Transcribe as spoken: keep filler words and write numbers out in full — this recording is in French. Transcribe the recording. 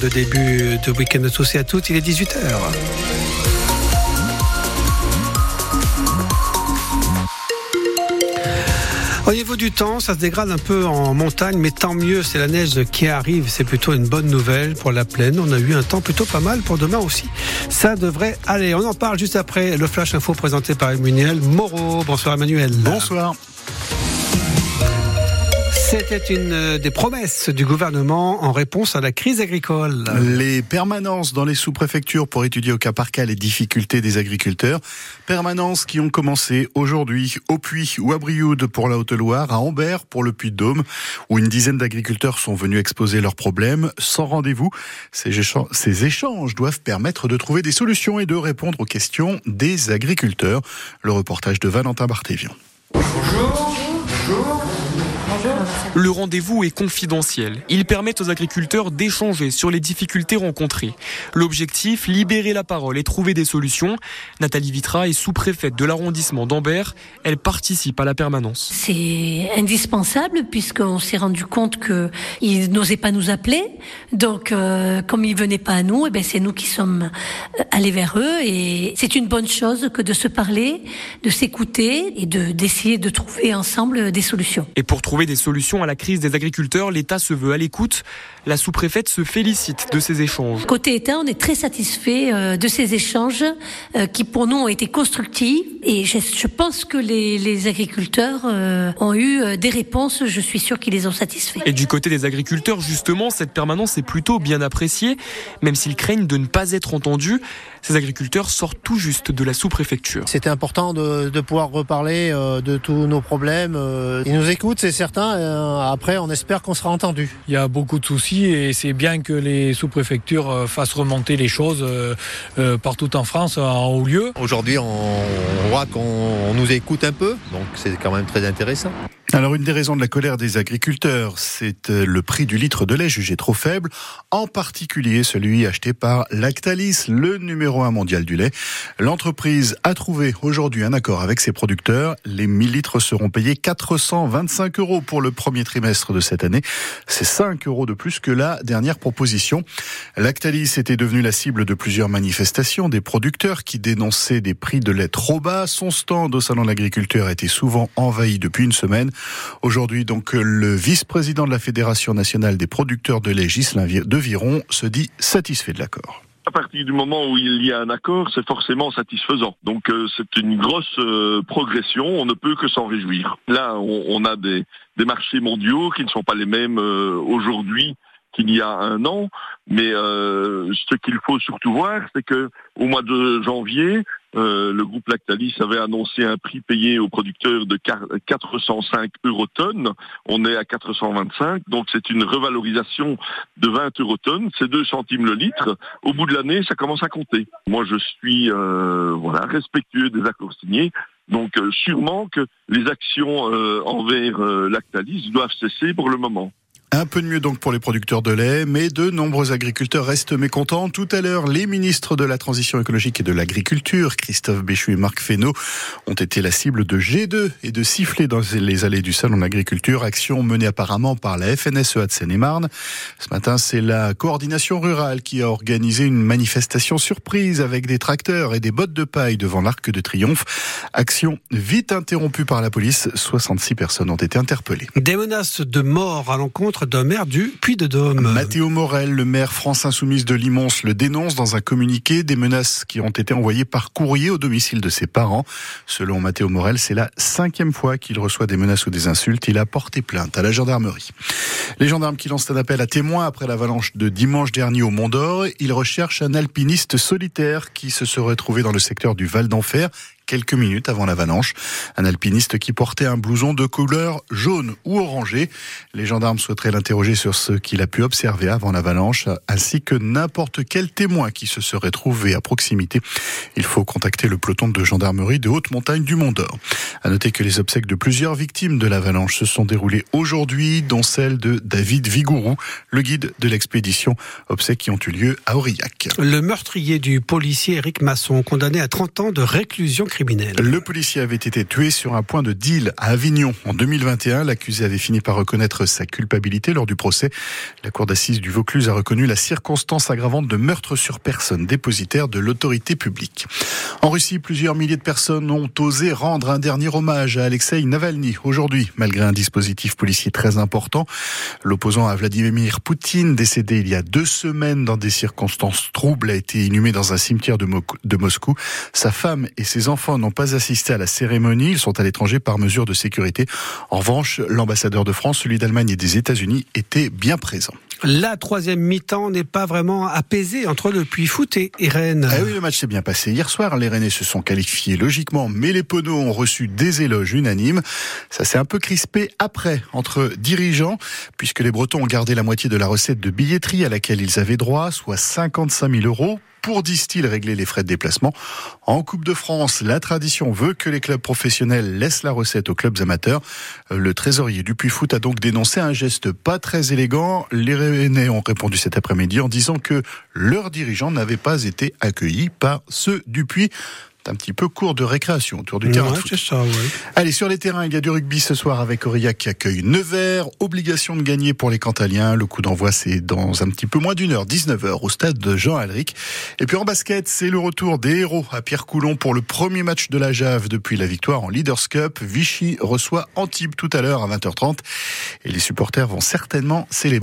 de début de week-end à tous et à toutes. Il est dix-huit heures. Au niveau du temps, ça se dégrade un peu en montagne, mais tant mieux, c'est la neige qui arrive, c'est plutôt une bonne nouvelle pour la plaine. On a eu un temps plutôt pas mal pour demain aussi. Ça devrait aller. On en parle juste après le Flash Info présenté par Emmanuel Moreau. Bonsoir Emmanuel. Bonsoir. C'était une des promesses du gouvernement en réponse à la crise agricole. Les permanences dans les sous-préfectures pour étudier au cas par cas les difficultés des agriculteurs. Permanences qui ont commencé aujourd'hui au Puy ou à Brioude pour la Haute-Loire, à Ambert pour le Puy-de-Dôme, où une dizaine d'agriculteurs sont venus exposer leurs problèmes sans rendez-vous. Ces échanges, ces échanges doivent permettre de trouver des solutions et de répondre aux questions des agriculteurs. Le reportage de Valentin Barthévian. Bonjour. Bonjour. Le rendez-vous est confidentiel. Il permet aux agriculteurs d'échanger sur les difficultés rencontrées. L'objectif, libérer la parole et trouver des solutions. Nathalie Vitra est sous-préfète de l'arrondissement d'Ambert. Elle participe à la permanence. C'est indispensable puisqu'on s'est rendu compte qu'ils n'osaient pas nous appeler. Donc, euh, comme ils venaient pas à nous, eh ben, c'est nous qui sommes allés vers eux. Et c'est une bonne chose que de se parler, de s'écouter et de, d'essayer de trouver ensemble des solutions. Et pour trouver des solutions à la crise des agriculteurs, l'État se veut à l'écoute. La sous-préfète se félicite de ces échanges. Côté État, on est très satisfait euh, de ces échanges euh, qui pour nous ont été constructifs. Et je, je pense que les, les agriculteurs euh, ont eu euh, des réponses, je suis sûre qu'ils les ont satisfaits. Et du côté des agriculteurs, justement, cette permanence est plutôt bien appréciée, même s'ils craignent de ne pas être entendus. Ces agriculteurs sortent tout juste de la sous-préfecture. C'était important de, de pouvoir reparler euh, de tous nos problèmes. Euh, ils nous écoutent, c'est certain. Euh, après, on espère qu'on sera entendu. Il y a beaucoup de soucis et c'est bien que les sous-préfectures euh, fassent remonter les choses euh, euh, partout en France, en haut lieu. Aujourd'hui, on, on voit qu'on nous écoute un peu, donc c'est quand même très intéressant. Alors, une des raisons de la colère des agriculteurs, c'est le prix du litre de lait jugé trop faible, en particulier celui acheté par Lactalis, le numéro un mondial du lait. L'entreprise a trouvé aujourd'hui un accord avec ses producteurs. Les mille litres seront payés quatre cent vingt-cinq euros pour le premier trimestre de cette année. C'est cinq euros de plus que la dernière proposition. Lactalis était devenu la cible de plusieurs manifestations des producteurs qui dénonçaient des prix de lait trop bas. Son stand au Salon de l'Agriculture a été souvent envahi depuis une semaine. Aujourd'hui, donc, le vice-président de la Fédération nationale des producteurs de lait, Ghislain Deviron, se dit satisfait de l'accord. À partir du moment où il y a un accord, c'est forcément satisfaisant. Donc euh, c'est une grosse euh, progression, on ne peut que s'en réjouir. Là, on, on a des, des marchés mondiaux qui ne sont pas les mêmes euh, aujourd'hui qu'il y a un an, mais euh, ce qu'il faut surtout voir, c'est que au mois de janvier, euh, le groupe Lactalis avait annoncé un prix payé aux producteurs de quatre cent cinq euros tonnes. On est à quatre cent vingt-cinq, donc c'est une revalorisation de vingt euros tonnes. C'est deux centimes le litre. Au bout de l'année, ça commence à compter. Moi, je suis euh, voilà respectueux des accords signés. Donc euh, sûrement que les actions euh, envers euh, Lactalis doivent cesser pour le moment. Un peu de mieux donc pour les producteurs de lait, mais de nombreux agriculteurs restent mécontents. Tout à l'heure, les ministres de la Transition écologique et de l'Agriculture, Christophe Béchu et Marc Fesneau, ont été la cible de G deux et de sifflets dans les allées du Salon de l'Agriculture, action menée apparemment par la F N S E A de Seine-et-Marne. Ce matin, c'est la coordination rurale qui a organisé une manifestation surprise avec des tracteurs et des bottes de paille devant l'Arc de Triomphe. Action vite interrompue par la police. soixante-six personnes ont été interpellées. Des menaces de mort à l'encontre d'un maire du Puy-de-Dôme. Mathéo Morel, le maire France Insoumise de Limons, le dénonce dans un communiqué. Des menaces qui ont été envoyées par courrier au domicile de ses parents. Selon Mathéo Morel, c'est la cinquième fois qu'il reçoit des menaces ou des insultes. Il a porté plainte à la gendarmerie. Les gendarmes qui lancent un appel à témoins après l'avalanche de dimanche dernier au Mont d'Or. Ils recherchent un alpiniste solitaire qui se serait trouvé dans le secteur du Val d'Enfer quelques minutes avant l'avalanche. Un alpiniste qui portait un blouson de couleur jaune ou orangé. Les gendarmes souhaiteraient l'interroger sur ce qu'il a pu observer avant l'avalanche, ainsi que n'importe quel témoin qui se serait trouvé à proximité. Il faut contacter le peloton de gendarmerie de haute montagne du Mont d'Or. À noter que les obsèques de plusieurs victimes de l'avalanche se sont déroulées aujourd'hui, dont celle de David Vigourou, le guide de l'expédition. Obsèques qui ont eu lieu à Aurillac. Le meurtrier du policier Éric Masson, condamné à trente ans de réclusion criminelle criminel. Le policier avait été tué sur un point de deal à Avignon en deux mille vingt et un. L'accusé avait fini par reconnaître sa culpabilité lors du procès. La cour d'assises du Vaucluse a reconnu la circonstance aggravante de meurtre sur personne dépositaire de l'autorité publique. En Russie, plusieurs milliers de personnes ont osé rendre un dernier hommage à Alexeï Navalny aujourd'hui, malgré un dispositif policier très important. L'opposant à Vladimir Poutine, décédé il y a deux semaines dans des circonstances troubles, a été inhumé dans un cimetière de, Mo- de Moscou. Sa femme et ses enfants n'ont pas assisté à la cérémonie. Ils sont à l'étranger par mesure de sécurité. En revanche, l'ambassadeur de France, celui d'Allemagne et des États-Unis était bien présent. La troisième mi-temps n'est pas vraiment apaisée entre le Puy-Foot et Rennes. Ah oui, le match s'est bien passé hier soir. Les Rennais se sont qualifiés logiquement, mais les Penaud ont reçu des éloges unanimes. Ça s'est un peu crispé après entre dirigeants, puisque les Bretons ont gardé la moitié de la recette de billetterie à laquelle ils avaient droit, soit cinquante-cinq mille euros. Pour, disent-ils, régler les frais de déplacement. En Coupe de France, la tradition veut que les clubs professionnels laissent la recette aux clubs amateurs. Le trésorier du Puy-Foot a donc dénoncé un geste pas très élégant. Les Rennais ont répondu cet après-midi en disant que leurs dirigeants n'avaient pas été accueillis par ceux du Puy. Un petit peu court de récréation autour du terrain ouais, de foot. c'est ça, ouais. Allez, sur les terrains, il y a du rugby ce soir avec Aurillac qui accueille Nevers. Obligation de gagner pour les Cantaliens. Le coup d'envoi, c'est dans un petit peu moins d'une heure, dix-neuf heures, au stade de Jean-Alric. Et puis en basket, c'est le retour des héros à Pierre-Coulon pour le premier match de la J A V depuis la victoire en Leaders Cup. Vichy reçoit Antibes tout à l'heure à vingt heures trente. Et les supporters vont certainement célébrer.